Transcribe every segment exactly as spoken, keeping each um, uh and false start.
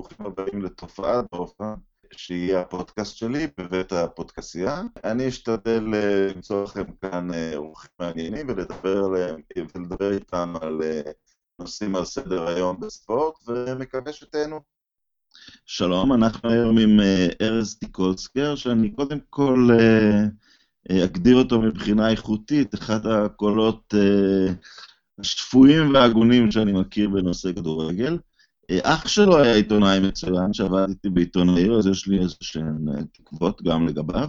ברוכים הבאים לתופעת דופן, שהיא הפודקאסט שלי בבית הפודקאסייה. אני אשתדל למצוא לכם כאן אורחים מעניינים ולדבר, עליהם, ולדבר איתם על נושאים על סדר היום בספורט, ומקווה שתהנו. שלום, אנחנו היום עם ארז טיקולסקר, שאני קודם כל אגדיר אותו מבחינה איכותית, אחד הקולות השפויים והגונים שאני מכיר בנושא כדורגל. אח שלו היה עיתונאי מצוין, שעבד איתי בעיתון העיר, אז יש לי איזשהן תקוות גם לגביו.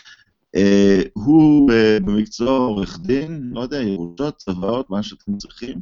הוא במקצוע עורך דין, לא יודע, ירושות, צבאות, מה שאתם צריכים,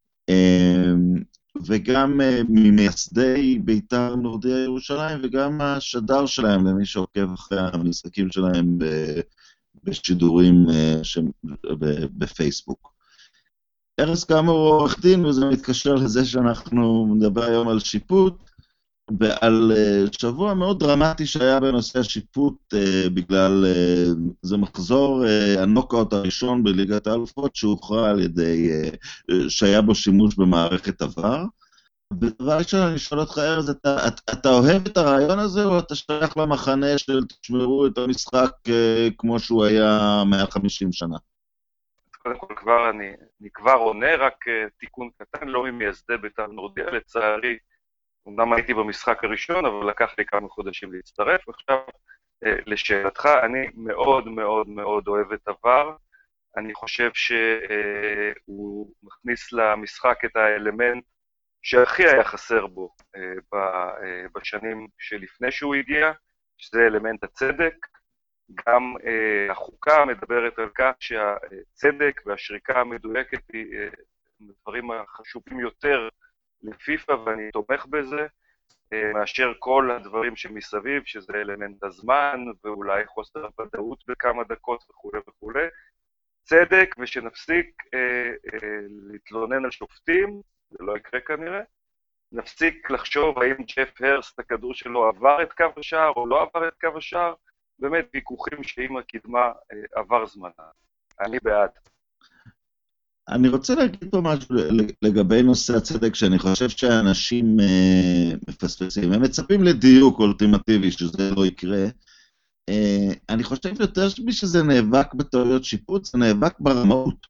וגם ממייסדי בית"ר נורדיה ירושלים, וגם השדר שלהם, למי שעוקב אחרי המשחקים שלהם בשידורים בפייסבוק. ארז כאמור עורך דין, וזה מתקשר לזה שאנחנו נדבר היום על שיפוט, ועל שבוע מאוד דרמטי שהיה בנושא השיפוט, בגלל זה מחזור הנוקאוט הראשון בליגת האלופות, שהוכרע על ידי, שהיה בו שימוש במערכת עבר. ודבר ראשון, אני שואל אותך, ארז, אתה, אתה אוהב את הרעיון הזה, או אתה שייך למחנה של תשמרו את המשחק כמו שהוא היה מאה וחמישים שנה? קודם כל כבר אני, אני כבר עונה, רק תיקון קטן, לא ממייסדי בית"ר נורדיה, לצערי, אמנם הייתי במשחק הראשון, אבל לקח לי כמה חודשים להצטרף. עכשיו, לשאלתך, אני מאוד מאוד מאוד אוהב את עבר, אני חושב שהוא מכניס למשחק את האלמנט שהכי היה חסר בו בשנים שלפני שהוא הגיע, שזה אלמנט הצדק. גם uh, החוקה מדברת על כך שהצדק והשריקה המדויקת היא uh, דברים החשובים יותר לפיפ"א, ואני תומך בזה, uh, מאשר כל הדברים שמסביב, שזה אלמנט הזמן, ואולי חוסר הוודאות בכמה דקות וכו' וכו'. צדק, ושנפסיק uh, uh, להתלונן על שופטים, זה לא יקרה כנראה, נפסיק לחשוב האם ג'ף הרסט, הכדור שלו עבר את קו השער או לא עבר את קו השער, באמת ויכוחים שעם הקדמה עבר זמנה. אני בעד. אני רוצה להגיד פה משהו לגבי נושא הצדק, שאני חושב שאנשים מפספסים. הם מצפים לדיוק אולטימטיבי שזה לא יקרה. אני חושב יותר שזה נאבק בטעויות שיפוט, זה נאבק ברמאות.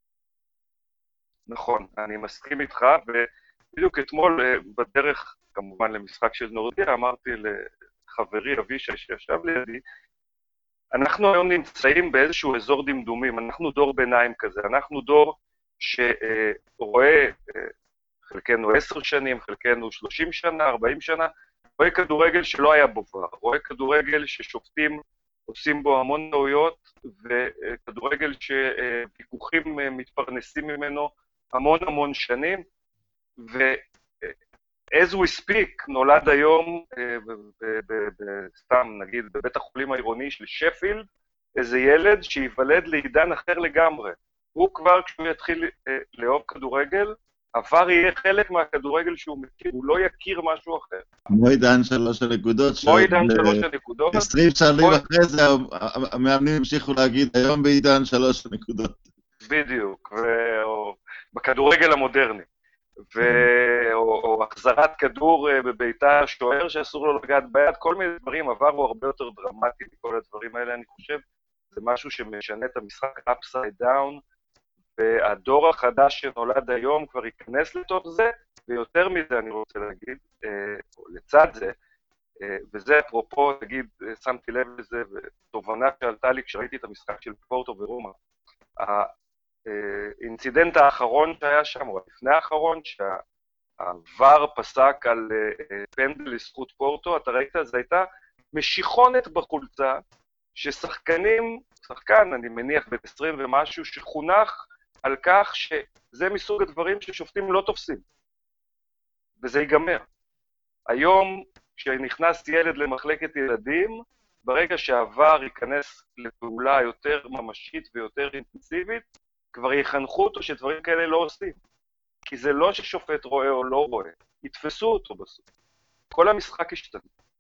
נכון, אני מסכים איתך, ובדיוק אתמול בדרך, כמובן למשחק של נורדיה, אמרתי לחברי אבישי שישב לידי, אנחנו היום נמצאים באיזשהו אזור דמדומים, אנחנו דור ביניים כזה, אנחנו דור שרואה, חלקנו עשר שנים, חלקנו שלושים שנה, ארבעים שנה, רואה כדורגל שלא היה בו כבר, רואה כדורגל ששופטים עושים בו המון טעויות, וכדורגל שוויכוחים מתפרנסים ממנו המון המון שנים, ו... as we speak, נולד היום, סתם נגיד, בבית החולים העירוני של שפילד, איזה ילד שיוולד לעידן אחר לגמרי. הוא כבר, כשהוא יתחיל לאהוב כדורגל, עבר יהיה חלק מהכדורגל שהוא מכיר, הוא לא יכיר משהו אחר. כמו עידן שלוש הנקודות. כמו עידן שלוש הנקודות. עשרים שנים אחרי זה, המאמנים המשיכו להגיד, היום בעידן שלוש הנקודות. בדיוק, בכדורגל המודרני. ו... או, או החזרת כדור בביתה השוער שאסור לו לגעת ביד, כל מיני דברים, עבר הוא הרבה יותר דרמטי מכל הדברים האלה, אני חושב. זה משהו שמשנה את המשחק upside down, והדור החדש שנולד היום כבר ייכנס לתוך זה, ויותר מזה אני רוצה להגיד, לצד זה, וזה אפרופו, תגיד, שמתי לב לזה, ותובנה שעלתה לי כשראיתי את המשחק של פורטו ורומא, האינצידנט האחרון שהיה שם, או לפני האחרון, שהעבר פסק על פנדל לזכות פורטו, אתה ראית, זה הייתה משיכונת בחולצה, ששחקנים, שחקן, אני מניח, בן עשרים ומשהו, שחונך על כך שזה מסוג הדברים ששופטים לא תופסים. וזה ייגמר. היום, כשנכנס ילד למחלקת ילדים, ברגע שהעבר ייכנס לפעולה יותר ממשית ויותר אינטנסיבית, כבר יחנכו אותו שדברים כאלה לא עושים. כי זה לא ששופט רואה או לא רואה, יתפסו אותו בסוף. כל המשחק ישתנה.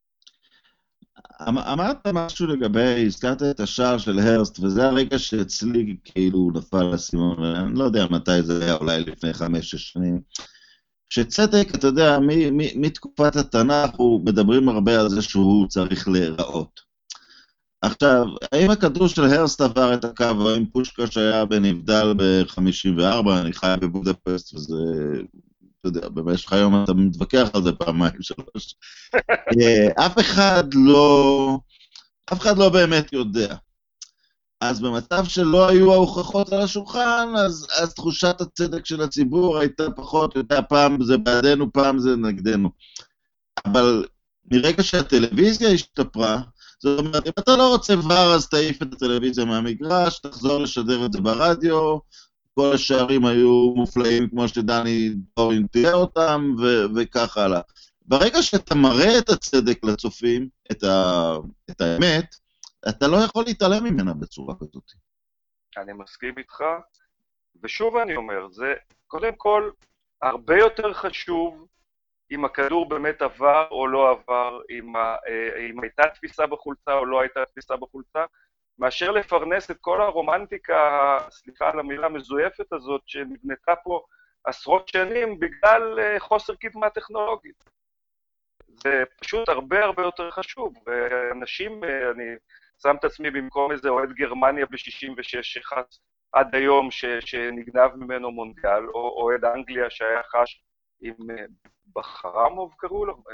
אמרת משהו לגבי, הזכרת את השער של הרסט, וזה הרגע שאצלי כאילו נפל לסימון, אני לא יודע מתי זה היה, אולי לפני חמש שש שנים, שצדק, אתה יודע, מ- מ- מתקופת התנ"ך, הוא מדברים הרבה על זה שהוא צריך להיראות. עכשיו, האם הכדור של הרסט עבר את הקו, או האם פושקש היה בנבדל ב-חמישים וארבע, אני חי בבודפסט, וזה, אתה יודע, במשך היום אתה מתווכח על זה פעמיים שלוש. אה, אף אחד לא, אף אחד לא באמת יודע. אז במצב שלא היו ההוכחות על השולחן, אז, אז תחושת הצדק של הציבור הייתה פחות, הייתה פעם זה בעדנו, פעם זה נגדנו. אבל מרגע שהטלוויזיה השתפרה, זאת אומרת, אם אתה לא רוצה ור, אז תעיף את הטלוויזיה מהמגרש, תחזור לשדר את זה ברדיו, כל השערים היו מופלאים כמו שדני דורין תיאר אותם, ו- וכך הלאה. ברגע שאתה מראה את הצדק לצופים, את, ה- את האמת, אתה לא יכול להתעלם ממנה בצורה כזאת. אני מסכים איתך, ושוב אני אומר, זה קודם כל הרבה יותר חשוב אם הכדור באמת עבר או לא עבר, אם, ה, אם הייתה תפיסה בחולצה או לא הייתה תפיסה בחולצה, מאשר לפרנס את כל הרומנטיקה, סליחה על המילה המזויפת הזאת, שנבנתה פה עשרות שנים בגלל חוסר קדמה טכנולוגית. זה פשוט הרבה הרבה יותר חשוב, ואנשים, אני שם את עצמי במקום איזה אוהד גרמניה ב-שישים ושש שחץ עד היום ש, שנגנב ממנו מונדיאל, או אוהד אנגליה שהיה חש עם בחרמוב קראו לו,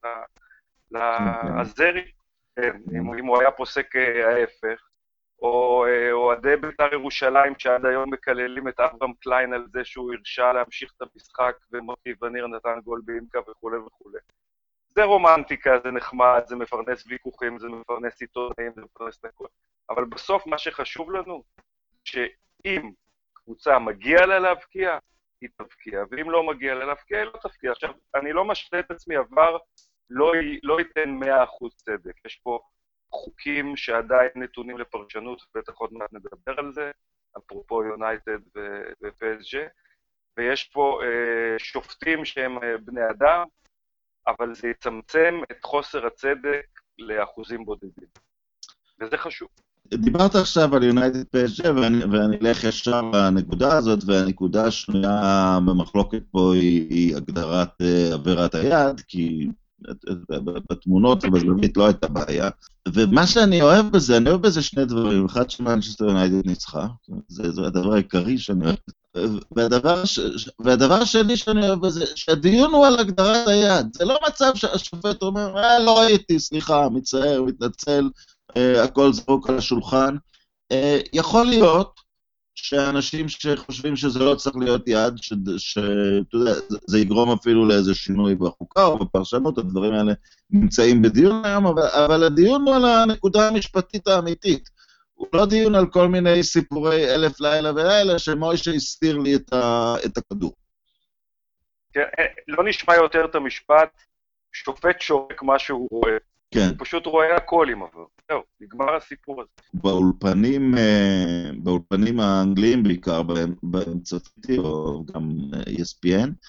לעזרי, אם הוא היה פוסק ההפך, או אוהדי בית"ר ירושלים שעד היום מקללים את אברהם קליין על זה שהוא הרשה להמשיך את המשחק, ומוטי וניר נתן גול באימקה וכו' וכו'. זה רומנטיקה, זה נחמד, זה מפרנס ויכוחים, זה מפרנס עיתונאים, זה מפרנס הכל. אבל בסוף מה שחשוב לנו, שאם קבוצה מגיעה לה להבקיע, היא תבקיע, ואם לא מגיעה לה להבקיע, היא לא תבקיע. עכשיו, אני לא משווה את עצמי, עבר לא, לא ייתן מאה אחוז צדק. יש פה חוקים שעדיין נתונים לפרשנות, בטח עוד מעט נדבר על זה, אפרופו יונייטד ו-פי אס ג'י, ויש פה אה, שופטים שהם אה, בני אדם, אבל זה יצמצם את חוסר הצדק לאחוזים בודדים. וזה חשוב. דיברת עכשיו על יונייטד פי אס ג'י, ואני, ואני אלך ישר לנקודה הזאת, והנקודה השנייה במחלוקת פה היא, היא הגדרת uh, עבירת היד, כי בתמונות ובזווית לא הייתה בעיה. ומה שאני אוהב בזה, אני אוהב בזה שני דברים. אחד שמנצ'סטר יונייטד ניצחה, זה, זה הדבר העיקרי שאני אוהב. והדבר, ש... והדבר השני שאני אוהב בזה, שהדיון הוא על הגדרת היד. זה לא מצב שהשופט אומר, אה, לא ראיתי, סליחה, מצער, מתנצל, אה, הכל זרוק על השולחן. אה, יכול להיות שאנשים שחושבים שזה לא צריך להיות יד, שאתה יודע, זה יגרום אפילו לאיזה שינוי בחוקה או בפרשנות, הדברים האלה נמצאים בדיון היום, אבל, אבל הדיון הוא על הנקודה המשפטית האמיתית. הוא לא דיון על כל מיני סיפורי אלף לילה ולילה, שמוישה הסתיר לי את, ה, את הכדור. כן, לא נשמע יותר את המשפט, שופט שורק מה שהוא רואה. כן. הוא פשוט רואה הכל עם עבר. זהו, נגמר הסיפור הזה. באולפנים, באולפנים האנגליים בעיקר, באמצעותי או גם אי אס פי אן,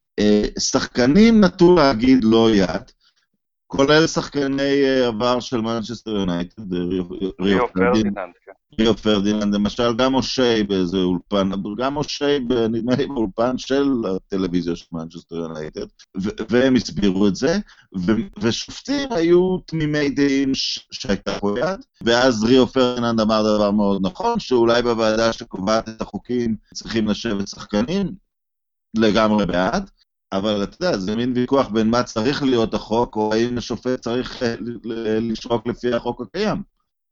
שחקנים נטו להגיד לא יד, כולל שחקני עבר של מנצ'סטר יונייטד, ריו פרדיננד, כן. ריו פרדיננד, למשל, גם אושי באיזה אולפן, גם אושי, נדמה לי, באולפן של הטלוויזיה של מנצ'סטר יונייטד, והם הסבירו את זה, ושופטים היו תמימי דעים שהייתה פה יד, ואז ריו פרדיננד אמר דבר מאוד נכון, שאולי בוועדה שקובעת את החוקים צריכים לשבת שחקנים, לגמרי בעד, אבל אתה יודע, זה מין ויכוח בין מה צריך להיות החוק, או האם השופט צריך לשרוק לפי החוק הקיים.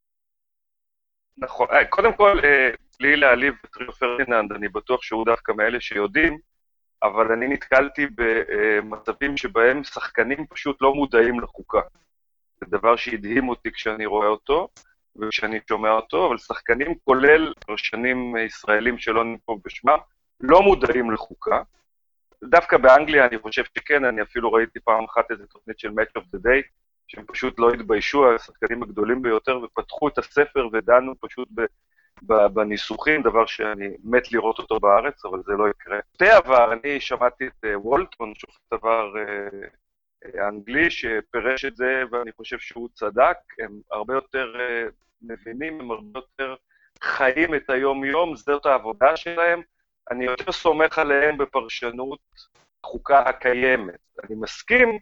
נכון, קודם כל, בלי להעליב את ריו פרדיננד, אני בטוח שהוא דווקא מאלה שיודעים, אבל אני נתקלתי במצבים שבהם שחקנים פשוט לא מודעים לחוקה. זה דבר שהדהים אותי כשאני רואה אותו, וכשאני שומע אותו, אבל שחקנים כולל פרשנים ישראלים שלא ננקוב בשמם, לא מודעים לחוקה. דווקא באנגליה אני חושב שכן, אני אפילו ראיתי פעם אחת איזו תוכנית של Match of the Day, שהם פשוט לא התביישו, השחקנים הגדולים ביותר, ופתחו את הספר ודנו פשוט בניסוחים, דבר שאני מת לראות אותו בארץ, אבל זה לא יקרה. שתי עבר, אני שמעתי את וולטון, שופט עבר אנגלי, שפרש את זה, ואני חושב שהוא צדק, הם הרבה יותר מבינים, הם הרבה יותר חיים את היום-יום, זאת העבודה שלהם, אני יותר סומך עליהם בפרשנות החוקה הקיימת. אני מסכים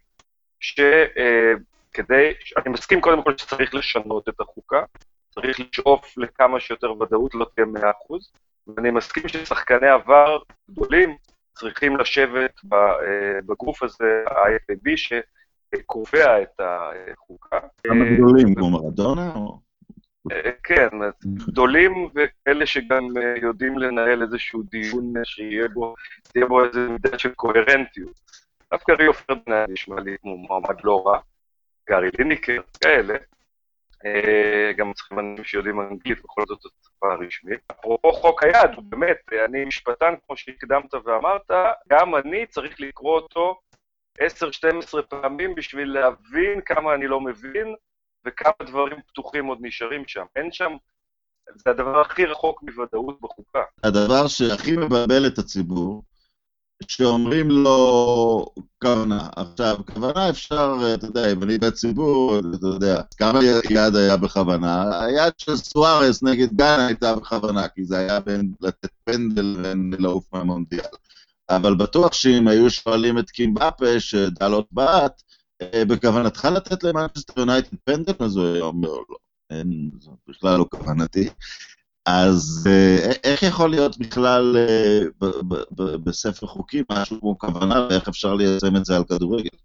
שכדי, אני מסכים קודם כל שצריך לשנות את החוקה, צריך לשאוף לכמה שיותר ודאות, לא תהיה מאה אחוז, ואני מסכים ששחקני עבר גדולים צריכים לשבת בגוף הזה, ה-אף איי בי, שקובע את החוקה. כמה גדולים, כמו מרדונה? כן, גדולים וכאלה שגם יודעים לנהל איזשהו דיון שיהיה בו, תהיה בו איזו מידה של קוהרנטיות. דווקא ריו פרדיננד נשמע לי כמו מועמד לא רע, גארי ליניקר, כאלה. גם צריכים אנשים שיודעים אנגלית, בכל זאת השפה הרשמית. אפרופו חוק היד, באמת, אני משפטן כמו שהקדמת ואמרת, גם אני צריך לקרוא אותו עשר שתים עשרה פעמים בשביל להבין כמה אני לא מבין, וכמה דברים פתוחים עוד נשארים שם. אין שם, זה הדבר הכי רחוק מוודאות בחוקה. הדבר שהכי מבלבל את הציבור, שאומרים לו כוונה. עכשיו, כוונה אפשר, אתה יודע, אם אני בציבור, אתה יודע, כמה יד היה בכוונה? היד של סוארס נגד גאנה הייתה בכוונה, כי זה היה בין לתת פנדל ולעוף מהמונדיאל. אבל בטוח שאם היו שואלים את קימבאפה, שדלות בעט, בכוונתך לתת למנצ'סטר יונייטד פנדל, אז הוא אומר לא, אין, זה בכלל לא כוונתי. אז איך יכול להיות בכלל בספר חוקים משהו כמו כוונה, ואיך אפשר ליישם את זה על כדורגל?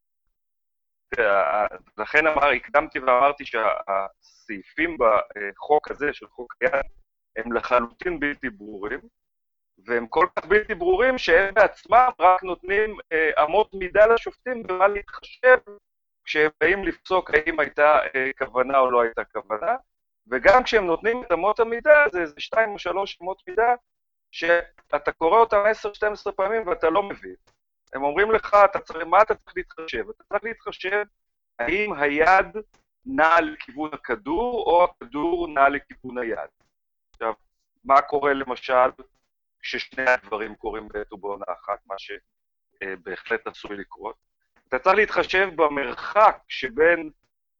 לכן הקדמתי ואמרתי שהסעיפים בחוק הזה של חוק היד הם לחלוטין בלתי ברורים, והם כל כך בלתי ברורים שהם בעצמם רק נותנים אמות מידה לשופטים במה להתחשב כשהם באים לפסוק האם הייתה כוונה או לא הייתה כוונה, וגם כשהם נותנים את אמות המידה, זה איזה שתיים או שלוש אמות מידה, שאתה קורא אותם עשר שתים עשרה פעמים ואתה לא מבין. הם אומרים לך, אתה צריך, מה אתה צריך להתחשב? אתה צריך להתחשב האם היד נעה לכיוון הכדור, או הכדור נעה לכיוון היד. עכשיו, מה קורה למשל כששני הדברים קורים בעת ובעונה אחת, מה שבהחלט עשוי לקרות? אתה צריך להתחשב במרחק שבין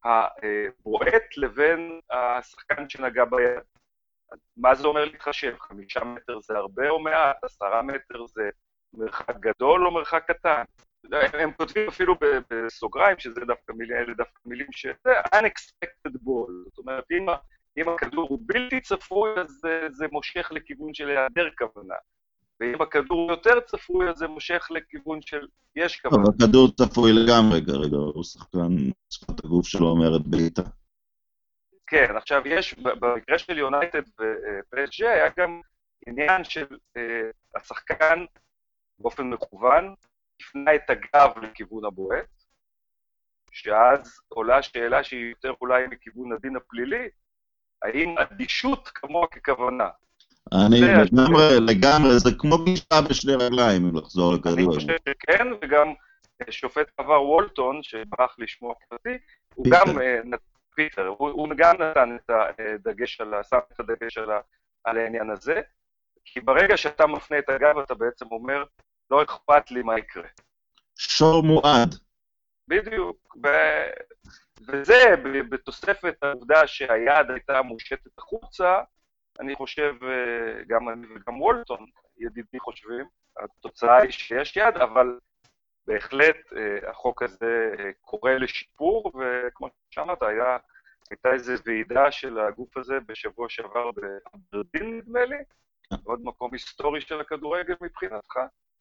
הבועט לבין השחקן שנגע ביד. מה זה אומר להתחשב? חמישה מטר זה הרבה או מעט, עשרה מטר זה מרחק גדול או מרחק קטן. הם כותבים אפילו בסוגריים, שזה דווקא מילים, אלה דווקא מילים שזה unexpected ball. זאת אומרת, אם, אם הכדור הוא בלתי צפוי, אז זה, זה מושך לכיוון של היעדר כוונה. ואם הכדור יותר צפוי, אז זה מושך לכיוון של יש כוונה. אבל הכדור צפוי לגמרי, רגע, הוא שחקן, שפת הגוף שלו אומרת בעיטה. כן, עכשיו יש, במקרה של יונייטד ופי אס ג'י היה גם עניין של השחקן באופן מכוון, הפנה את הגב לכיוון הבועט, שאז עולה שאלה שהיא יותר אולי מכיוון הדין הפלילי, האם אדישות כמוה ככוונה. אני לגמרי, לגמרי, זה כמו גישה בשני רגליים, אם לחזור לכדור. אני חושב שכן, וגם שופט עבר וולטון, שברח לשמוע פרטי, הוא גם, פיטר, הוא גם נתן את הדגש על, שם את הדגש על העניין הזה, כי ברגע שאתה מפנה את הגב, אתה בעצם אומר, לא אכפת לי מה יקרה. שור מועד. בדיוק, וזה בתוספת העובדה שהיד הייתה מושטת החוצה, אני חושב, גם אני וגם וולטון, ידידי חושבים, התוצאה היא שיש יד, אבל בהחלט החוק הזה קורא לשיפור, וכמו שאמרת, היה, הייתה איזו ועידה של הגוף הזה בשבוע שעבר באברדין, נדמה לי, עוד מקום היסטורי של הכדורגל מבחינתך,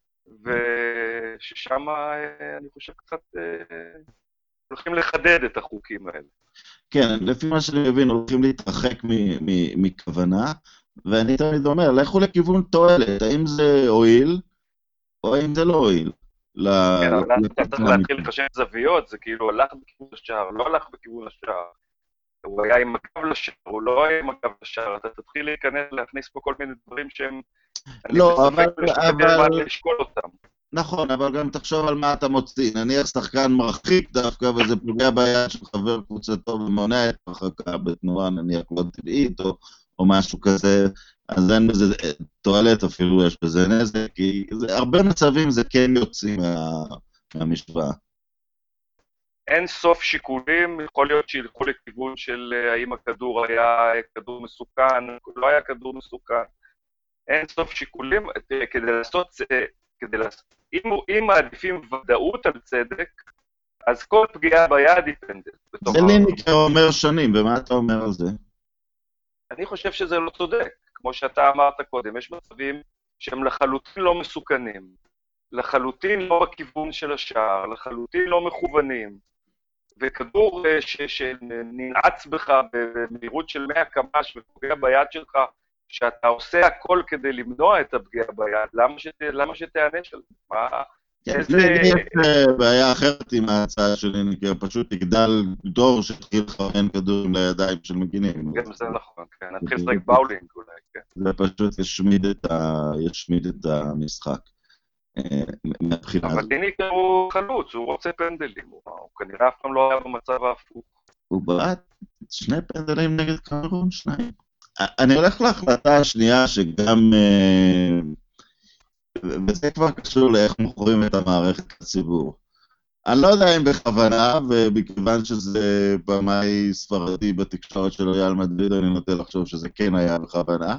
וששם אני חושב קצת הולכים לחדד את החוקים האלה. כן, לפי מה שאני מבין, הולכים להתרחק מכוונה, ואני תמיד אומר, לכו לכיוון תועלת, האם זה הועיל, או האם זה לא הועיל. כן, אבל אתה צריך להתחיל לחשב זוויות, זה כאילו הלך בכיוון השער, לא הלך בכיוון השער, הוא היה עם הגב לשער, הוא לא היה עם הגב לשער, אתה תתחיל להיכנס, להכניס פה כל מיני דברים שהם... לא, אבל... אבל... לשקול אותם. נכון, אבל גם תחשוב על מה אתה מוציא. נניח שחקן מרחיק דווקא, וזה פוגע ביד של חבר קבוצתו ומונע את הרחקה בתנועה, נניח לא טבעית, או, או משהו כזה, אז אין בזה תועלת, אפילו יש בזה נזק, כי זה, הרבה מצבים זה כן יוצאים מה, מהמשוואה. אין סוף שיקולים, יכול להיות שילכו לכיוון של האם הכדור היה כדור מסוכן, לא היה כדור מסוכן. אין סוף שיקולים, כדי לעשות כדי לעשות, אם, אם מעדיפים ודאות על צדק, אז כל פגיעה ביד היא פנדל. זה ליניקר אומר שנים, ומה אתה אומר על זה? אני חושב שזה לא צודק. כמו שאתה אמרת קודם, יש מצבים שהם לחלוטין לא מסוכנים, לחלוטין לא בכיוון של השער, לחלוטין לא מכוונים, וכדור שננעץ בך במהירות של מאה קמ"ש ופוגע ביד שלך, שאתה עושה הכל כדי למנוע את הפגיעה ביד, למה, שת, למה שתענש על זה? מה? איזה... יש בעיה אחרת עם ההצעה של ליניקר, פשוט תגדל דור שתחיל לכוון כדורים לידיים של מגינים. כן, זה נכון, כן, נתחיל לשחק באולינג אולי, כן. זה פשוט ישמיד את, ה... ישמיד את המשחק. אבל ליניקר הוא חלוץ, הוא רוצה פנדלים, הוא כנראה אף פעם לא היה במצב ההפוך. הוא בעט שני פנדלים נגד קמרון, שניים. אני הולך להחלטה השנייה שגם, וזה כבר קשור לאיך מוכרים את המערכת לציבור. אני לא יודע אם בכוונה, ובכיוון שזה במאי ספרדי בתקשורת של ריאל מדריד, אני נוטה לחשוב שזה כן היה בכוונה.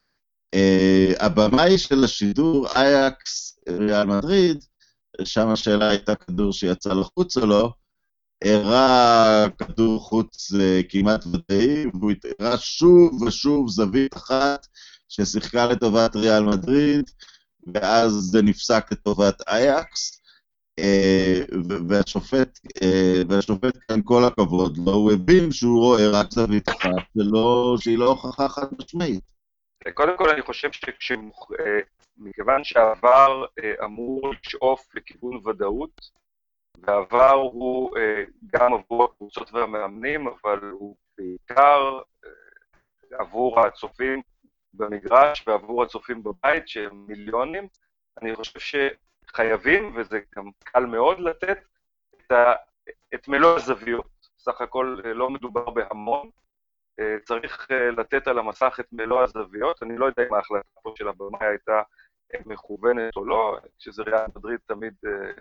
הבמאי של השידור, אייקס ריאל מדריד, שם השאלה הייתה כדור שיצא לחוץ או לא, הראה כדור חוץ כמעט ודאי, והוא הראה שוב ושוב זווית אחת ששיחקה לטובת ריאל מדריד, ואז זה נפסק לטובת אייקס, והשופט, והשופט כאן כל הכבוד, לא הוא הבין שהוא רואה רק זווית אחת, שהיא לא הוכחה חד משמעית. קודם כל אני חושב שמכיוון שהעבר אמור לשאוף לכיוון ודאות, והעבר הוא גם עבור הקבוצות והמאמנים, אבל הוא בעיקר עבור הצופים במגרש ועבור הצופים בבית, שהם מיליונים. אני חושב שחייבים, וזה גם קל מאוד לתת, את, ה, את מלוא הזוויות. סך הכל לא מדובר בהמון, צריך לתת על המסך את מלוא הזוויות. אני לא יודע אם ההחלטה פה של הבמאי הייתה מכוונת או לא, שזה ריאל מדריד תמיד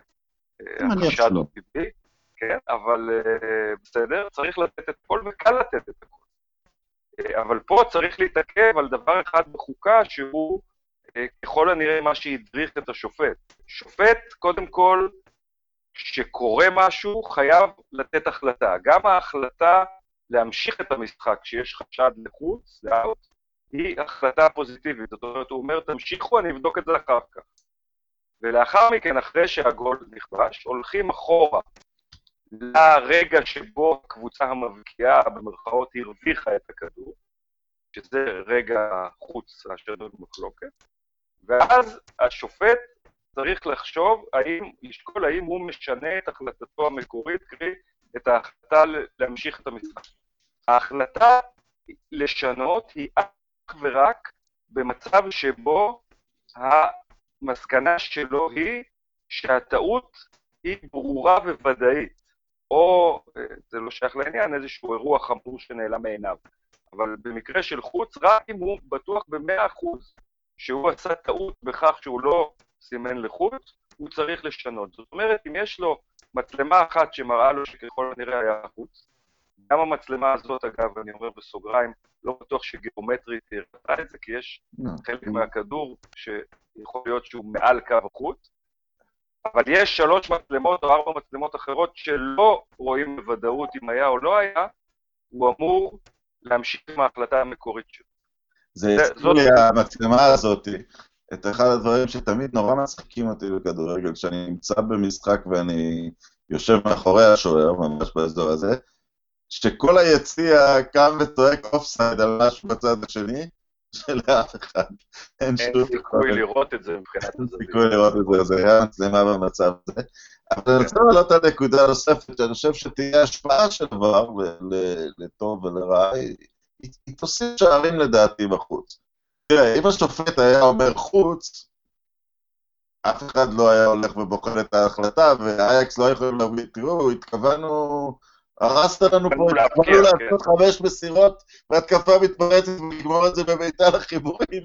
החשד הוא טבעי, כן, אבל בסדר, צריך לתת את הכל וקל לתת את הכל. אבל פה צריך להתעכב על דבר אחד בחוקה שהוא ככל הנראה מה שהדריך את השופט. שופט, קודם כל, שקורא משהו, חייב לתת החלטה. גם ההחלטה להמשיך את המשחק שיש חשד לחוץ, לאוט, היא החלטה פוזיטיבית. זאת אומרת, הוא אומר, תמשיכו, אני אבדוק את זה אחר כך. ולאחר מכן, אחרי שהגול נכבש, הולכים אחורה לרגע שבו הקבוצה המבקיעה במרכאות הרוויחה את הכדור, שזה רגע חוץ השדות במחלוקת, ואז השופט צריך לחשוב, האם, לשקול האם הוא משנה את החלטתו המקורית, קרי את ההחלטה להמשיך את המשחק. ההחלטה לשנות היא אך ורק במצב שבו המסקנה שלו היא שהטעות היא ברורה וודאית, או, זה לא שייך לעניין, איזשהו אירוע חמור שנעלם מעיניו. אבל במקרה של חוץ, רק אם הוא בטוח במאה אחוז שהוא עשה טעות בכך שהוא לא סימן לחוץ, הוא צריך לשנות. זאת אומרת, אם יש לו מצלמה אחת שמראה לו שככל הנראה היה חוץ, גם המצלמה הזאת, אגב, אני אומר בסוגריים, לא בטוח שגיאומטרית תראה את זה, כי יש חלק מהכדור שיכול להיות שהוא מעל קו החוץ, אבל יש שלוש מצלמות או ארבע מצלמות אחרות שלא רואים בוודאות אם היה או לא היה, הוא אמור להמשיך עם ההחלטה המקורית שלו. זה הזכיר לי המצלמה הזאת, את אחד הדברים שתמיד נורא מצחיקים אותי בכדורגל, כשאני נמצא במשחק ואני יושב מאחורי השוער, ממש באזור הזה, שכל היציע קם וצועק אופסייד על משהו בצד השני, שלאף אחד אין שום סיכוי לראות את זה מבחינת הזה. אין סיכוי לראות את זה, זה היה מצלמה במצב הזה. אבל אני רוצה לעלות על נקודה נוספת, אני חושב שתהיה השפעה של דבר, לטוב ולרע, היא תוסיף שערים לדעתי בחוץ. תראה, אם השופט היה אומר חוץ, אף אחד לא היה הולך ובוחר את ההחלטה, והאייקס לא יכולים להביא, תראו, התכוונו, הרסת לנו פה, התכוונו לעשות חמש מסירות, והתקפה מתפרצת ולגמור את זה בביתה לחיבורים.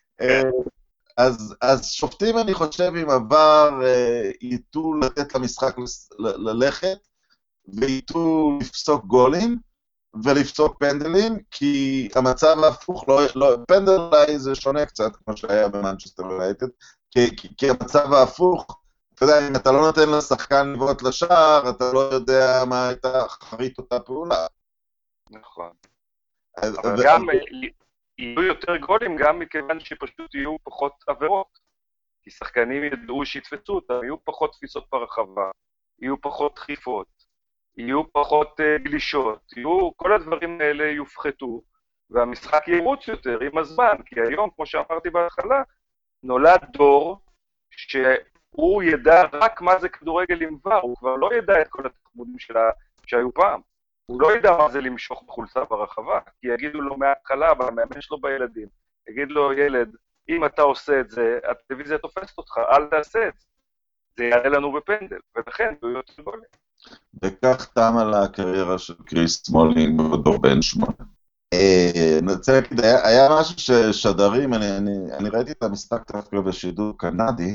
אז שופטים, אני חושב, אם עבר, ייתו לתת למשחק ללכת, וייתו לפסוק גולים, ולפסוק פנדלים, כי המצב ההפוך, לא, לא, פנדל אולי זה שונה קצת, כמו שהיה במנצ'סטר יונייטד, כי, כי, כי המצב ההפוך, אתה יודע, אם אתה לא נותן לשחקן לבעוט לשער, אתה לא יודע מה הייתה אחרית אותה פעולה. נכון. אז- אבל ו- גם יהיו יותר גולים, גם מכיוון שפשוט יהיו פחות עבירות. כי שחקנים ידעו שיתפסו אותם, יהיו פחות תפיסות ברחבה, יהיו פחות דחיפות, יהיו פחות uh, גלישות, יהיו, כל הדברים האלה יופחתו, והמשחק ירוץ יותר עם הזמן, כי היום, כמו שאמרתי בהתחלה, נולד דור שהוא ידע רק מה זה כדורגל עם ור, הוא כבר לא ידע את כל התחמודים שלה שהיו פעם. הוא לא ידע מה זה למשוך בחולצה ברחבה, כי יגידו לו מההתחלה, והמאמן שלו בילדים, יגיד לו, ילד, אם אתה עושה את זה, הטלוויזיה תופסת אותך, אל תעשה את זה. זה יעלה לנו בפנדל, ולכן הוא יותר גולים. וכך תם על הקריירה של קריס סמולינג בדור בן שמונה. אני רוצה להגיד, היה, היה משהו ששדרים, אני, אני, אני ראיתי את המשחק דווקא בשידור קנדי,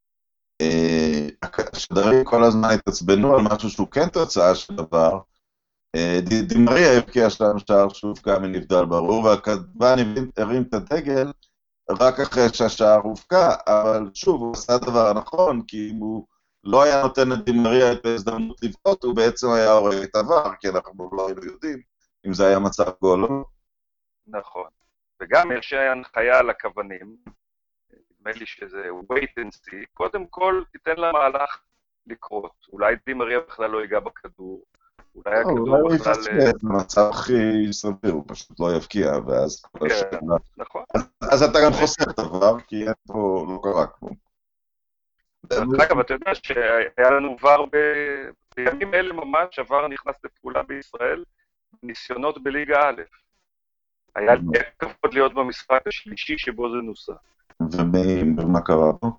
השדרים כל הזמן התעצבנו על משהו שהוא כן תוצאה של דבר, דימריה הבקיע שלנו שער שהופקע מנבדל ברור, והכתבן הרים את הדגל רק אחרי שהשער הופקע, אבל שוב, הוא עשה דבר נכון, כי אם הוא לא היה נותן לדימריה את ההזדמנות לבעוט, הוא בעצם היה הורג את עבר, כי אנחנו לא היינו יודעים אם זה היה מצב גול או לא. נכון. וגם יש הנחיה על הכוונים, נדמה לי שזה wait and see, קודם כל תיתן למהלך לקרות. אולי דימריה בכלל לא ייגע בכדור, אולי הכדור בכלל... אולי יפספס, זה מצב הכי סביר, הוא פשוט לא יבקיע, ואז כל השאלה... נכון. אז אתה גם חוסך דבר, כי אין פה, לא קרה כלום. אגב, אתה יודע שהיה לנו ור בימים אלה ממש, הוואר נכנס לפעולה בישראל, ניסיונות בליגה א'. היה לי כבוד להיות במשחק השלישי שבו זה נוסע. ומה קרה פה?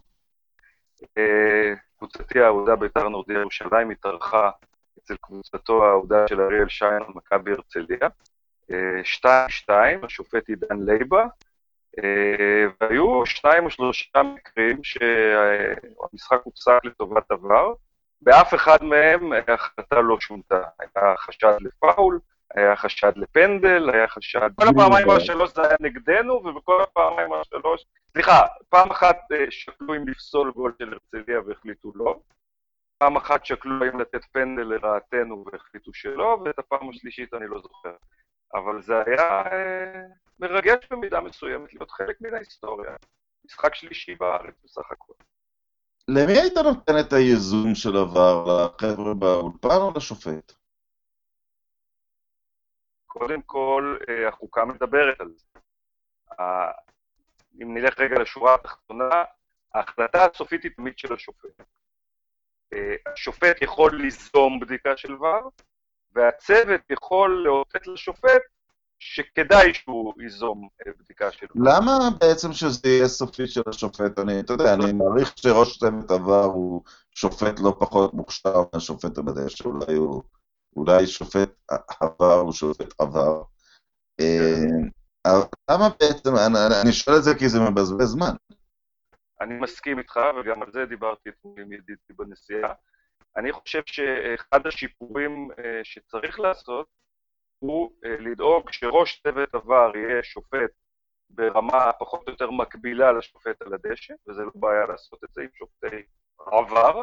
קבוצתי האהודה בית"ר נורדיה ירושלים התארחה אצל קבוצתו האהודה של אריאל שיין מכבי הרצליה. שתיים שתיים, השופט עידן לייבה, והיו שניים או שלושה מקרים שהמשחק הופסק לטובת עבר, באף אחד מהם ההחלטה לא שונתה. היה חשד לפאול, היה חשד לפנדל, היה חשד... כל הפעמיים השלוש זה היה נגדנו, ובכל הפעמיים השלוש... סליחה, פעם אחת שקלו אם לפסול גול של הרצליה והחליטו לא, פעם אחת שקלו אם לתת פנדל לרעתנו והחליטו שלא, ואת הפעם השלישית אני לא זוכר. אבל זה היה מרגש במידה מסוימת להיות חלק מן ההיסטוריה. משחק שלישי בארץ בסך הכל. למי היית נותן את היזום של עבר, לחבר'ה באולפן או לשופט? קודם כל, החוקה מדברת על זה. אם נלך רגע לשורה התחתונה, ההחלטה הסופית היא תמיד של השופט. השופט יכול ליזום בדיקה של ור, והצוות יכול לאותת לשופט שכדאי שהוא ייזום בדיקה של ור. למה בעצם שזה יהיה סופי של השופט? אני, אתה יודע, אני מעריך שראש צוות עבר הוא שופט לא פחות מוכשר מהשופט בדשא, אולי הוא... אולי שופט עבר הוא שופט עבר. למה בעצם, אני שואל את זה כי זה מבזבז זמן. אני מסכים איתך, וגם על זה דיברתי אתמול עם ידידי בנסיעה. אני חושב שאחד השיפורים שצריך לעשות, הוא לדאוג שראש צוות עבר יהיה שופט ברמה פחות או יותר מקבילה לשופט על הדשא, וזה לא בעיה לעשות את זה עם שופטי עבר,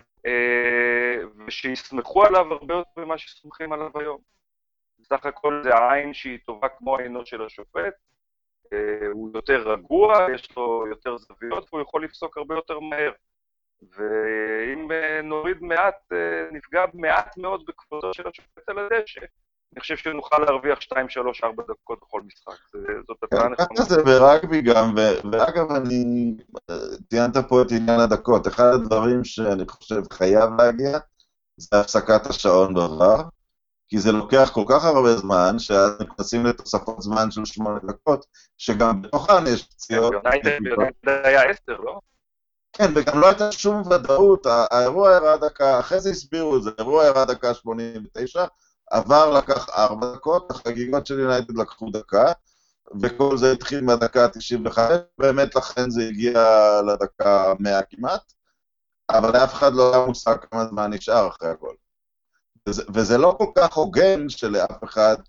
ושיסמכו עליו הרבה יותר ממה שסומכים עליו היום. בסך הכל זה העין שהיא טובה כמו העינו של השופט, הוא יותר רגוע, יש לו יותר זוויות, והוא יכול לפסוק הרבה יותר מהר. ואם נוריד מעט, נפגע מעט מאוד בכבודו של השופט על הדשא, אני חושב שנוכל להרוויח שתיים, שלוש, ארבע דקות בכל משחק. זאת הצעה נכונה. ככה זה ברגבי גם, ואגב, אני ציינת פה את עניין הדקות. אחד הדברים שאני חושב חייב להגיע, זה הפסקת השעון בעבר, כי זה לוקח כל כך הרבה זמן, שאז נכנסים לתוספות זמן של שמונה דקות, שגם בתוכן יש פציעות. ביונייטד היה עשר, לא? כן, וגם לא הייתה שום ודאות, האירוע הראה דקה, אחרי זה הסבירו את זה, האירוע הראה דקה שמונים ותשע, עבר לקח ארבע דקות, החגיגות של יונייטד לקחו דקה, וכל זה התחיל מהדקה ה-תשעים וחמש, באמת לכן זה הגיע לדקה מאה כמעט, אבל לאף אחד לא היה מושג כמה זמן נשאר אחרי הגול. וזה, וזה לא כל כך הוגן שלאף אחד,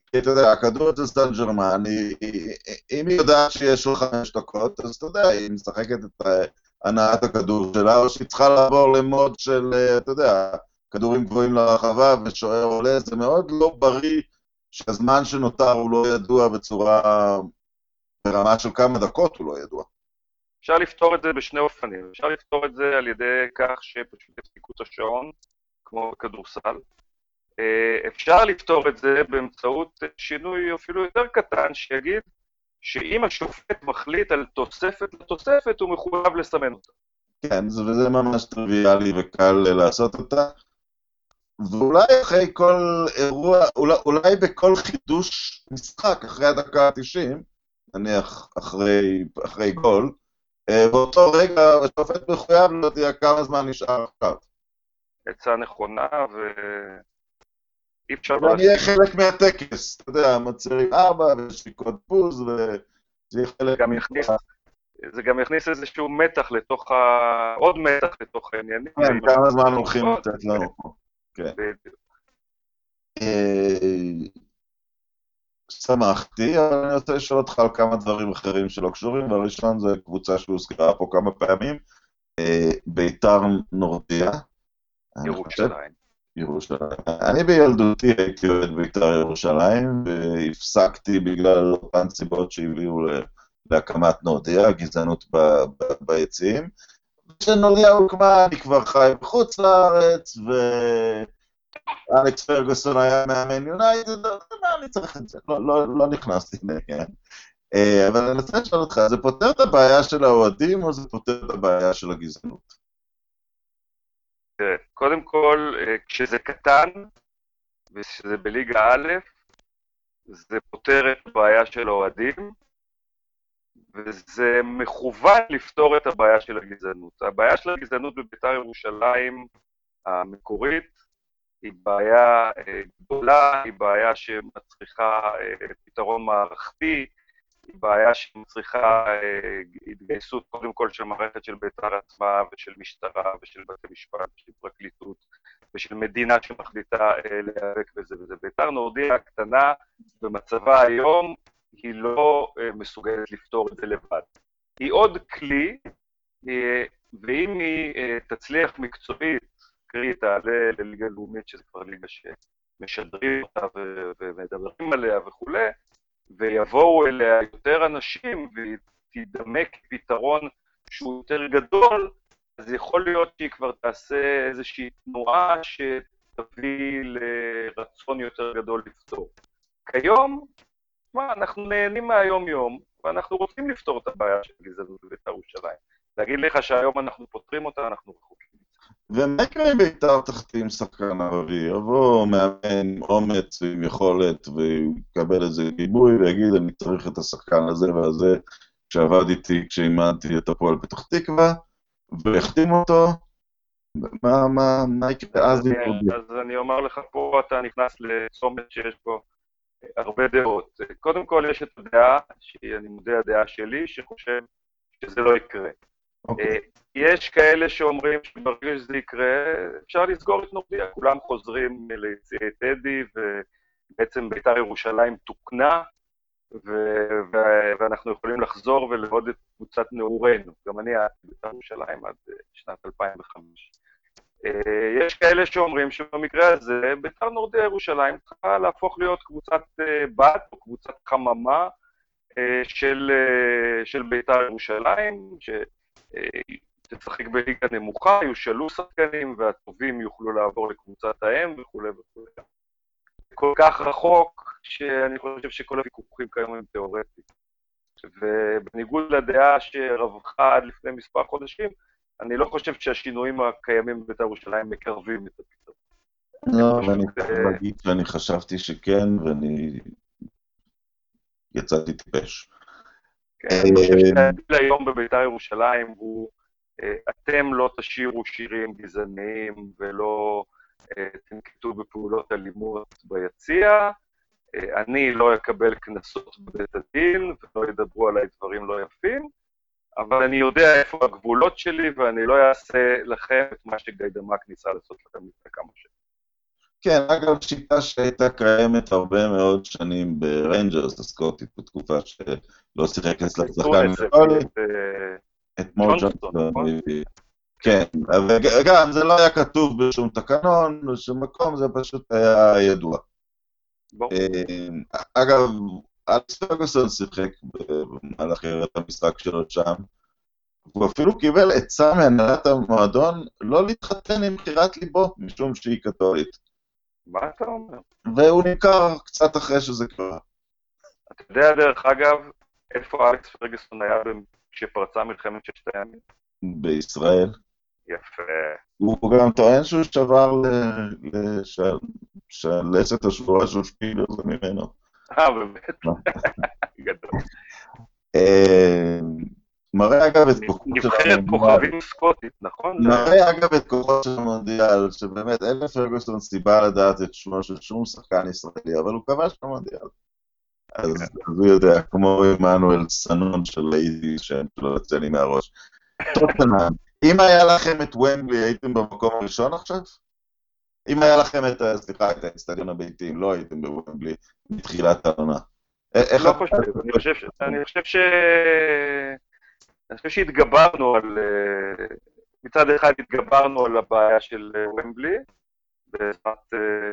אתה יודע, הכדור אצל סן ג'רמן, אם היא יודעת שיש לך חמש דקות, אז אתה יודע, היא משחקת את הנעת הכדור שלה, או שהיא צריכה לעבור למוד של, אתה יודע, כדורים גבוהים לרחבה ושוער עולה, זה מאוד לא בריא שהזמן שנותר הוא לא ידוע בצורה, ברמה של כמה דקות הוא לא ידוע. אפשר לפתור את זה בשני אופנים, אפשר לפתור את זה על ידי כך שפשוט יפסיקו את השעון, כמו בכדורסל. אפשר לפתור את זה באמצעות שינוי אפילו יותר קטן, שיגיד שאם השופט מחליט על תוספת לתוספת, הוא מחויב לסמן אותה. כן, זה, וזה ממש טריוויאלי וקל לעשות אותה. ואולי אחרי כל אירוע, אולי, אולי בכל חידוש משחק, אחרי הדקה ה-תשעים, נניח אחרי, אחרי גול, באותו רגע השופט מחויב להודיע כמה זמן נשאר עכשיו. עצה נכונה ואי אפשר לא לעשות. זה יהיה חלק מהטקס, אתה יודע, מצרים ארבע ושפיקות פוז, וזה יהיה חלק מהטקס. זה גם יכניס איזשהו מתח לתוך ה... עוד מתח לתוך העניינים. כן, כמה זמן הולכים לתת לנו פה. כן. שמחתי, אבל אני רוצה לשאול אותך על כמה דברים אחרים שלא קשורים, והראשון זה קבוצה שהוזכרה פה כמה פעמים, ביתר נורדיה. ירושלים. ירושלים. אני בילדותי הייתי אוהד ביתר ירושלים, והפסקתי בגלל אותן סיבות שהביאו להקמת נורדיה, גזענות ביציעים. כשנורדיה הוקמה, אני כבר חי בחוץ לארץ, ו... אלכס פרגוסון היה מאמן יונייטד, מה אני צריך את זה? לא, לא, לא נכנסתי לעניין. אבל אני רוצה לשאול אותך, זה פותר את הבעיה של האוהדים, או זה פותר את הבעיה של הגזענות? קודם כל, כשזה קטן, ושזה בליגה א', זה פותר את הבעיה של האוהדים, וזה מכוון לפתור את הבעיה של הגזענות. הבעיה של הגזענות בביתר ירושלים המקורית, היא בעיה גדולה, היא בעיה שמצריכה פתרון מערכתי, היא בעיה שמצריכה התגייסות קודם כל של מערכת של ביתר עצמה ושל משטרה ושל בתי משפט ושל פרקליטות ושל מדינה שמחליטה להיאבק בזה וזה. ביתר נורדיה הקטנה במצבה היום היא לא מסוגלת לפתור את זה לבד. היא עוד כלי, ואם היא תצליח מקצועית, קרי תעלה לליגה לאומית, שזה כבר ליגה שמשדרים אותה ומדברים עליה וכו', ויבואו אליה יותר אנשים ותדמה כפתרון שהוא יותר גדול, אז יכול להיות שהיא כבר תעשה איזושהי תנועה שתביא לרצון יותר גדול לפתור. כיום, מה, אנחנו נהנים מהיום-יום, ואנחנו רוצים לפתור את הבעיה של גזענות בביתר ירושלים. להגיד לך שהיום אנחנו פותרים אותה, אנחנו רחוקים. ומה יקרה אם ביתר תחתים שחקן ערבי? יבוא מאמן אומץ עם יכולת ויקבל איזה גיבוי ויגיד אני צריך את השחקן הזה והזה שעבד איתי כשאימנתי את הפועל פתח תקווה והחתים אותו, מה, מה, מה יקרה? אז, אז אני אומר לך פה אתה נכנס לצומת שיש פה הרבה דעות. קודם כל יש את הדעה, שאני מודה הדעה שלי, שחושב שזה לא יקרה. Okay. יש כאלה שאומרים שברגע שזה יקרה, אפשר לסגור את נורדיה. כולם חוזרים ליציאי טדי, ובעצם ביתר ירושלים תוקנה, ו- ו- ואנחנו יכולים לחזור ולעוד את קבוצת נעורינו. גם אני הייתי ביתר ירושלים עד שנת אלפיים וחמש. יש כאלה שאומרים שבמקרה הזה, ביתר נורדיה ירושלים צריכה להפוך להיות קבוצת בת או קבוצת חממה של, של ביתר ירושלים, ש... תשחק בליגה נמוכה, יושאלו שחקנים והטובים יוכלו לעבור לקבוצת האם וכו' וכו'. כל כך רחוק שאני חושב שכל הוויכוחים כיום הם תיאורטיים. ובניגוד לדעה שרווחה עד לפני מספר חודשים, אני לא חושב שהשינויים הקיימים בביתר ירושלים מקרבים את הפתרון. לא, ואני צריך להגיד שאני חשבתי שכן, ואני יצאתי טיפש. כן, אני חושב שהדיל היום בביתר ירושלים הוא, אתם לא תשירו שירים גזעניים ולא תנקטו בפעולות אלימות ביציע, אני לא אקבל כנסות בבית הדין ולא ידברו עליי דברים לא יפים, אבל אני יודע איפה הגבולות שלי ואני לא אעשה לכם את מה שגיידמק ניסה לעשות לכם לפני כמה שנים. כן, אגב, שיטה שהייתה קיימת הרבה מאוד שנים בריינג'רס הסקוטית, בתקופה שלא שיחק אצלה שחקן ניסו גדול, את אה, את מו ג'ונסטון, ג'ונסון. נכון? כן, וגם זה לא היה כתוב בשום תקנון, בשום מקום, זה פשוט היה ידוע. בוא. אה, אגב, אלכס פרגוסון שיחק במהלך ירידת המשחק שלו שם, הוא אפילו קיבל עצה מהנהלת המועדון לא להתחתן עם בחירת ליבו, משום שהיא קתולית. מה אתה אומר? והוא נמכר קצת אחרי שזה קרה. אתה יודע דרך אגב, איפה אלכס פרגוסון היה כשפרצה מלחמת ששת הימים? בישראל. יפה. הוא גם טוען שהוא שבר לשלשת השבועה של שפילר זה ממנו. אה, באמת? גדול. מראה אגב את כוחות של נבחרת כוכבים סקוטית, נכון? מראה אגב את כוחות של המונדיאל, שבאמת אין לפרגוסון סיבה לדעת את שמו של שום שחקן ישראלי, אבל הוא כבש במונדיאל. אז הוא יודע, כמו עמנואל סנון של ליידי, שלא יצא לי מהראש. טוטנהאם, אם היה לכם את ומבלי, הייתם במקום הראשון עכשיו? אם היה לכם את, סליחה, את האצטדיון הביתי, לא הייתם בוומבלי מתחילת העונה. לא חושב, אני חושב ש... אני חושב ש... אני חושב שהתגברנו על... מצד אחד התגברנו על הבעיה של ומבלי, בעזרת...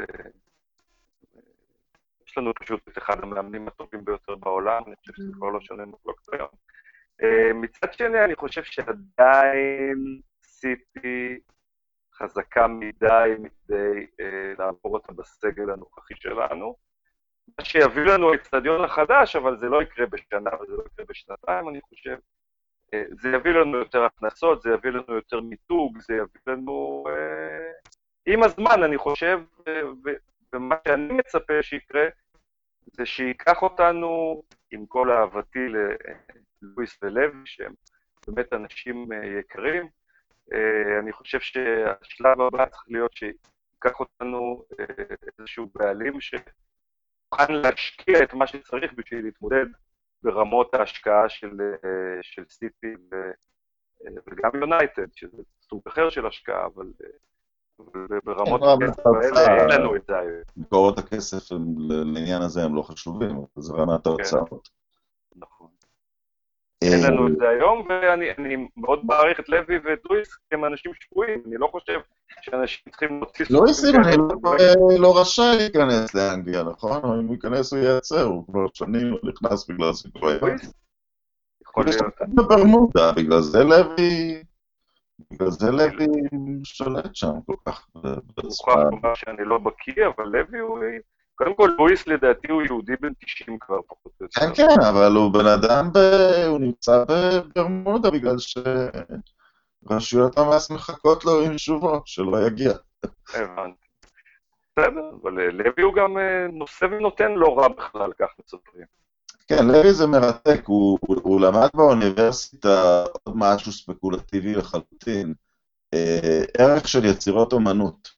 יש לנו פשוט את אחד המאמנים הטובים ביותר בעולם, אני חושב שזה כבר לא שונה מחלוקת היום. מצד שני, אני חושב שעדיין סיטי חזקה מדי מדי לעבור אותה בסגל הנוכחי שלנו, מה שיביא לנו האצטדיון החדש, אבל זה לא יקרה בשנה וזה לא יקרה בשנתיים, אני חושב. זה יביא לנו יותר הכנסות, זה יביא לנו יותר מיתוג, זה יביא לנו... עם הזמן, אני חושב, ומה שאני מצפה שיקרה, זה שיקח אותנו, עם כל אהבתי ללואיס ולוי, שהם באמת אנשים יקרים, אני חושב שהשלב הבא צריך להיות שיקח אותנו איזשהו בעלים שמוכן להשקיע את מה שצריך בשביל להתמודד ברמות ההשקעה של, של סיטי וגם יונייטד, שזה סוג אחר של השקעה, אבל, אבל ברמות הכסף האלה אין לנו את זה היום. מקורות הכסף לעניין הזה הם לא חשובים, זה רמת ההוצאות. נכון. אין לנו את זה היום, ואני מאוד מעריך את לוי ואת לואיס, הם אנשים שבויים, אני לא חושב שאנשים צריכים להוציא... לואיס, אני לא רשאי להיכנס לאנגליה, נכון? אבל אם הוא ייכנס הוא ייעצר, הוא כבר שנים לא נכנס בגלל סיפורי. לואיס? יכול להיות. בברמודה, בגלל זה לוי... בגלל זה לוי שולט שם כל כך. מוכרח לומר שאני לא בקיא, אבל לוי הוא... קודם כל, לואיס לדעתי הוא יהודי בן תשעים כבר פחות או יותר. כן, כן, אבל הוא בן אדם, הוא נמצא בברמודה בגלל שרשויות המס מחכות לו עם שובו, שלא יגיע. הבנתי. בסדר, אבל לוי הוא גם נושא ונותן לא רע בכלל, כך מספרים. כן, לוי זה מרתק, הוא, הוא, הוא למד באוניברסיטה עוד משהו ספקולטיבי לחלוטין, ערך של יצירות אומנות.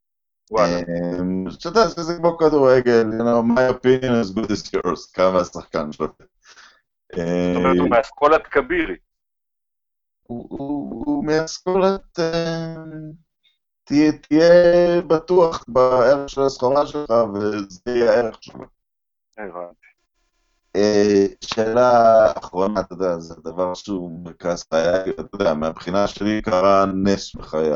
שאתה יודע, זה כמו כדורגל, you know, my opinion is good as yours, כמה השחקן שלו. זאת אומרת, הוא מאסכולת כבירי. הוא מאסכולת, תהיה בטוח בערך של הסחורה שלך, וזה יהיה הערך שלך. הבנתי. שאלה אחרונה, אתה יודע, זה דבר שהוא מרכז חיי, אתה יודע, מהבחינה שלי קרה נס בחיי,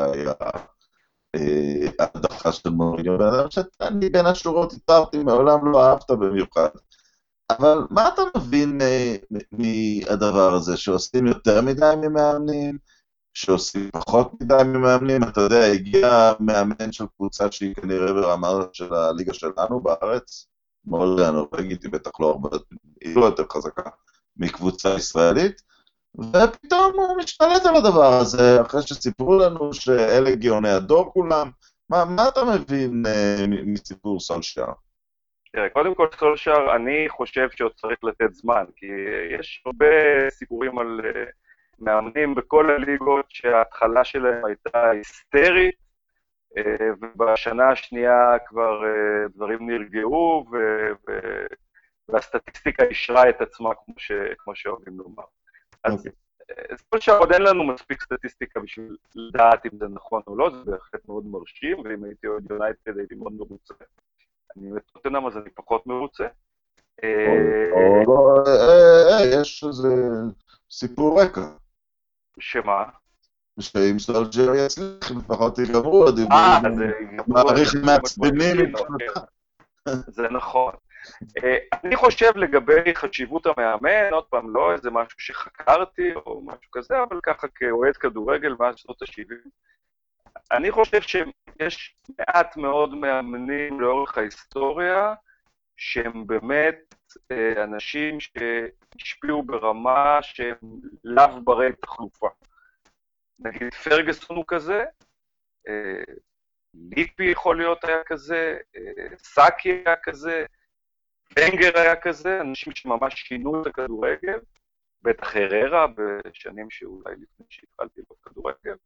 ההדחה של מוריניו, ואני שאני בין השורות התארתי, מעולם לא אהבת במיוחד. אבל מה אתה מבין מהדבר הזה, שעושים יותר מדי ממאמנים, שעושים פחות מדי ממאמנים? אתה יודע, הגיע מאמן של קבוצה שהיא כנראה ברמה של הליגה שלנו בארץ, מוריניו הנורווגית, היא בטח לא הרבה, היא לא יותר חזקה מקבוצה ישראלית, ופתאום הוא משתלט על הדבר הזה, אחרי שסיפרו לנו שאלה גאוני הדור כולם. מה, מה אתה מבין uh, מסיפור סולשייר? תראה, קודם כל סולשייר, אני חושב שעוד צריך לתת זמן, כי יש הרבה סיפורים על uh, מאמנים בכל הליגות שההתחלה שלהם הייתה היסטרית, uh, ובשנה השנייה כבר uh, דברים נרגעו, ו- ו- והסטטיסטיקה אישרה את עצמה כמו, ש- כמו שאוהבים לומר. אז אז כל שעוד אין לנו מספיק סטטיסטיקה בשביל לדעת אם זה נכון או לא, זה בהחלט מאוד מרשים, ואם הייתי עוד יונייטד הייתי מאוד מרוצה. אני בטוטנהאם אז אני פחות מרוצה. יש איזה סיפור רקע. שמה? שאם סולג'ר יצליח, לפחות יגמרו הדיבור. אה, זה מעריך מעצבנים. זה נכון. אני חושב לגבי חשיבות המאמן, עוד פעם לא איזה משהו שחקרתי או משהו כזה, אבל ככה כאוהד כדורגל מאז שנות ה-שבעים. אני חושב שיש מעט מאוד מאמנים לאורך ההיסטוריה, שהם באמת אנשים שהשפיעו ברמה שהם לאו ברי תחלופה. נגיד פרגסון הוא כזה, ליפי יכול להיות היה כזה, סאקי היה כזה, ונגר היה כזה, אנשים שממש שינו את הכדורגל, בטח הררה בשנים שאולי לפני שהתחלתי בכדורגל.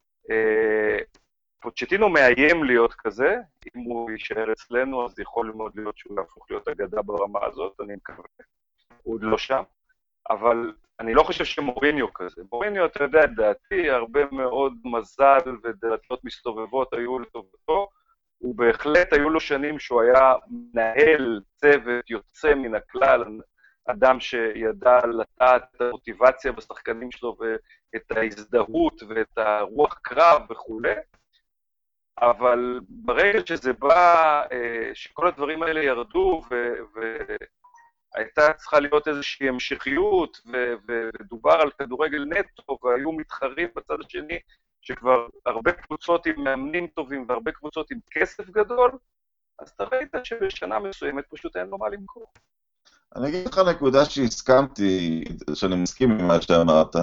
פוצ'טינו מאיים להיות כזה, אם הוא יישאר אצלנו אז יכול מאוד להיות שהוא יהפוך להיות אגדה ברמה הזאת, אני מקווה, הוא עוד לא שם, אבל אני לא חושב שמוריניו כזה. מוריניו, אתה יודע, דעתי, הרבה מאוד מזל ודלתות מסתובבות היו לטובתו, ובהחלט היו לו שנים שהוא היה מנהל צוות יוצא מן הכלל, אדם שידע לטעת את המוטיבציה בשחקנים שלו ואת ההזדהות ואת הרוח קרב וכו'. אבל ברגע שזה בא, שכל הדברים האלה ירדו והייתה צריכה להיות איזושהי המשכיות ודובר על כדורגל נטו והיו מתחרים בצד השני שכבר הרבה קבוצות עם מאמנים טובים והרבה קבוצות עם כסף גדול, אז אתה ראית שבשנה מסוימת פשוט אין לו מה למכור. אני אגיד לך נקודה שהסכמתי, שאני מסכים עם מה שאמרת,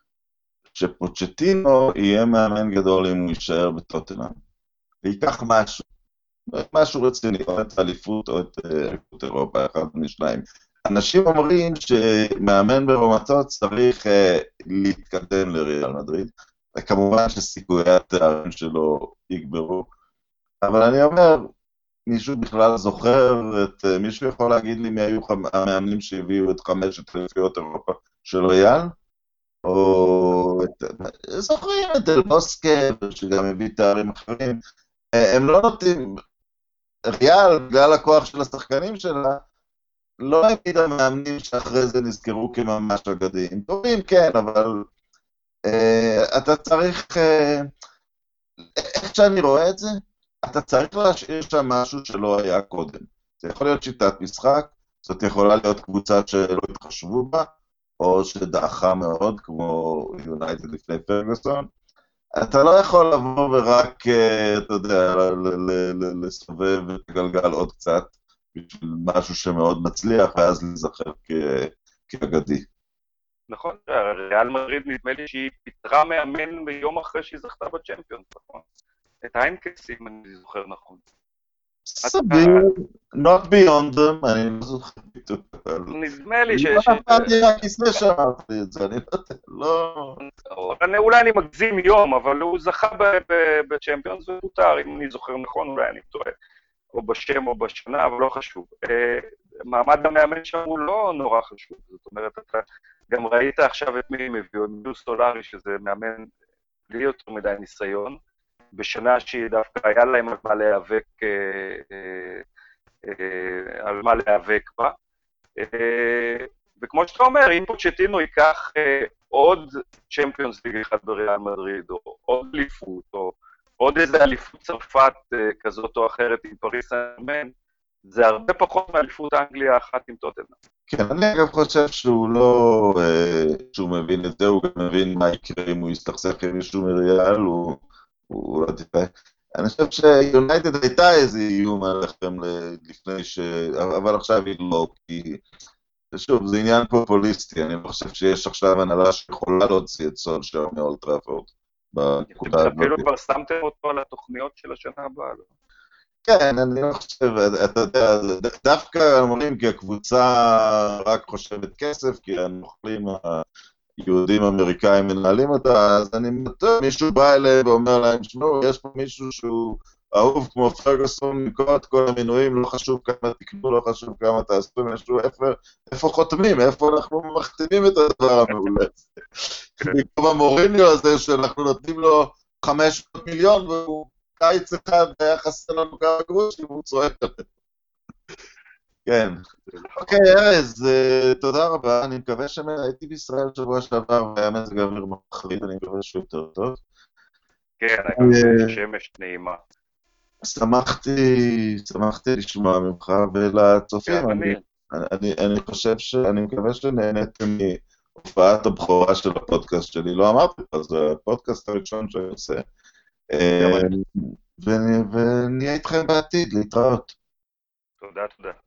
שפוצ'טינו יהיה מאמן גדול אם הוא יישאר בטוטנהאם. ויקח משהו, משהו רציני, או את האליפות או את אליפות אירופה, אחד משניים. אנשים אומרים שמאמן ברומתו צריך להתקדם לריאל מדריד, וכמובן שסיכויי התארים שלו יגברו. אבל אני אומר, מישהו בכלל זוכר, את, מישהו יכול להגיד לי מי היו המאמנים שהביאו את חמשת אליפויות אירופה של ריאל? או את, זוכרים את אלבוסקה, שגם הביא תארים אחרים. הם לא נוטים, ריאל, בגלל הכוח של השחקנים שלה, לא הביד המאמנים שאחרי זה נזכרו כממש אגדיים. טובים, כן, אבל uh, אתה צריך, uh, איך שאני רואה את זה, אתה צריך להשאיר שם משהו שלא היה קודם. זה יכול להיות שיטת משחק, זאת יכולה להיות קבוצה שלא התחשבו בה, או שדעכה מאוד, כמו יונייטד לפני פרגוסון. אתה לא יכול לבוא ורק, אתה יודע, לסובב את הגלגל עוד קצת, בשביל משהו שמאוד מצליח, ואז להיזכר כאגדי. נכון, ריאל מדריד נדמה לי שהיא פיתרה מאמן ביום אחרי שהיא זכתה בצ'מפיונס, נכון? את היינקס, אם אני זוכר נכון. סביר, not beyond them, אני לא זוכר בדיוק. נדמה לי ש... לא נפלתי מהכיסא שאמרתי את זה, אני לא... אולי אני מגזים יום, אבל הוא זכה בצ'מפיונס ופוטר, אם אני זוכר נכון, אולי אני טועה, או בשם או בשנה, אבל לא חשוב. מעמד המאמן שם הוא לא נורא חשוב, זאת אומרת, אתה גם ראית עכשיו את מי הם הביאו, הם הביאו סולארי, שזה מאמן בלי יותר מדי ניסיון, בשנה שהיא דווקא היה להם על מה להיאבק, על מה להיאבק בה. וכמו שאתה אומר, אם פוצ'טינו ייקח עוד צ'מפיונס ליג אחד בריאל מדריד, או עוד אליפות, או עוד איזה אליפות צרפת כזאת או אחרת עם פריס סן ז'רמן, זה הרבה פחות מאליפות אנגליה אחת עם טוטנהאם. כן, אני אגב חושב שהוא לא, שהוא מבין את זה, הוא גם מבין מה יקרה אם הוא יסתכסך עם מישהו מריאל, הוא... הוא לא תפעי. אני חושב שיונייטד הייתה איזה איום עליכם לפני ש... אבל עכשיו היא לא, כי... שוב, זה עניין פופוליסטי, אני חושב שיש עכשיו הנהלה שיכולה להוציא את סולשר מאולד טראפורד. אפילו כבר שמתם אותו על התוכניות של השנה הבאה, לא? כן, אני לא חושב, אתה יודע, דווקא אומרים כי הקבוצה רק חושבת כסף, כי הנוכלים יהודים אמריקאים מנהלים אותה, אז אני מטוב, מישהו בא אליהם ואומר להם, שמעו, יש פה מישהו שהוא אהוב כמו פרגוסון, מכל את כל המינויים, לא חשוב כמה תקנו, לא חשוב כמה תעשו, משהו, איפה, איפה חותמים, איפה אנחנו מחתימים את הדבר המעולה. במקום המוריניו הזה שאנחנו נותנים לו חמש מאות מיליון, והוא קיץ אחד היה חסר לנו כמה גרושים, והוא צועק עליהם. כן. אוקיי, ארז, תודה רבה. אני מקווה שהייתי בישראל שבוע שעבר, והיה מזג אוויר מחריד, אני מקווה שהוא יותר טוב. כן, אגב, שמש נעימה. שמחתי, שמחתי לשמוע ממך ולצופים. אני, אני, אני חושב ש... אני מקווה שנהניתם מהופעת הבכורה של הפודקאסט שלי. לא אמרתי לך, זה הפודקאסט הראשון שאני עושה. ונהיה איתכם בעתיד, להתראות. תודה, תודה.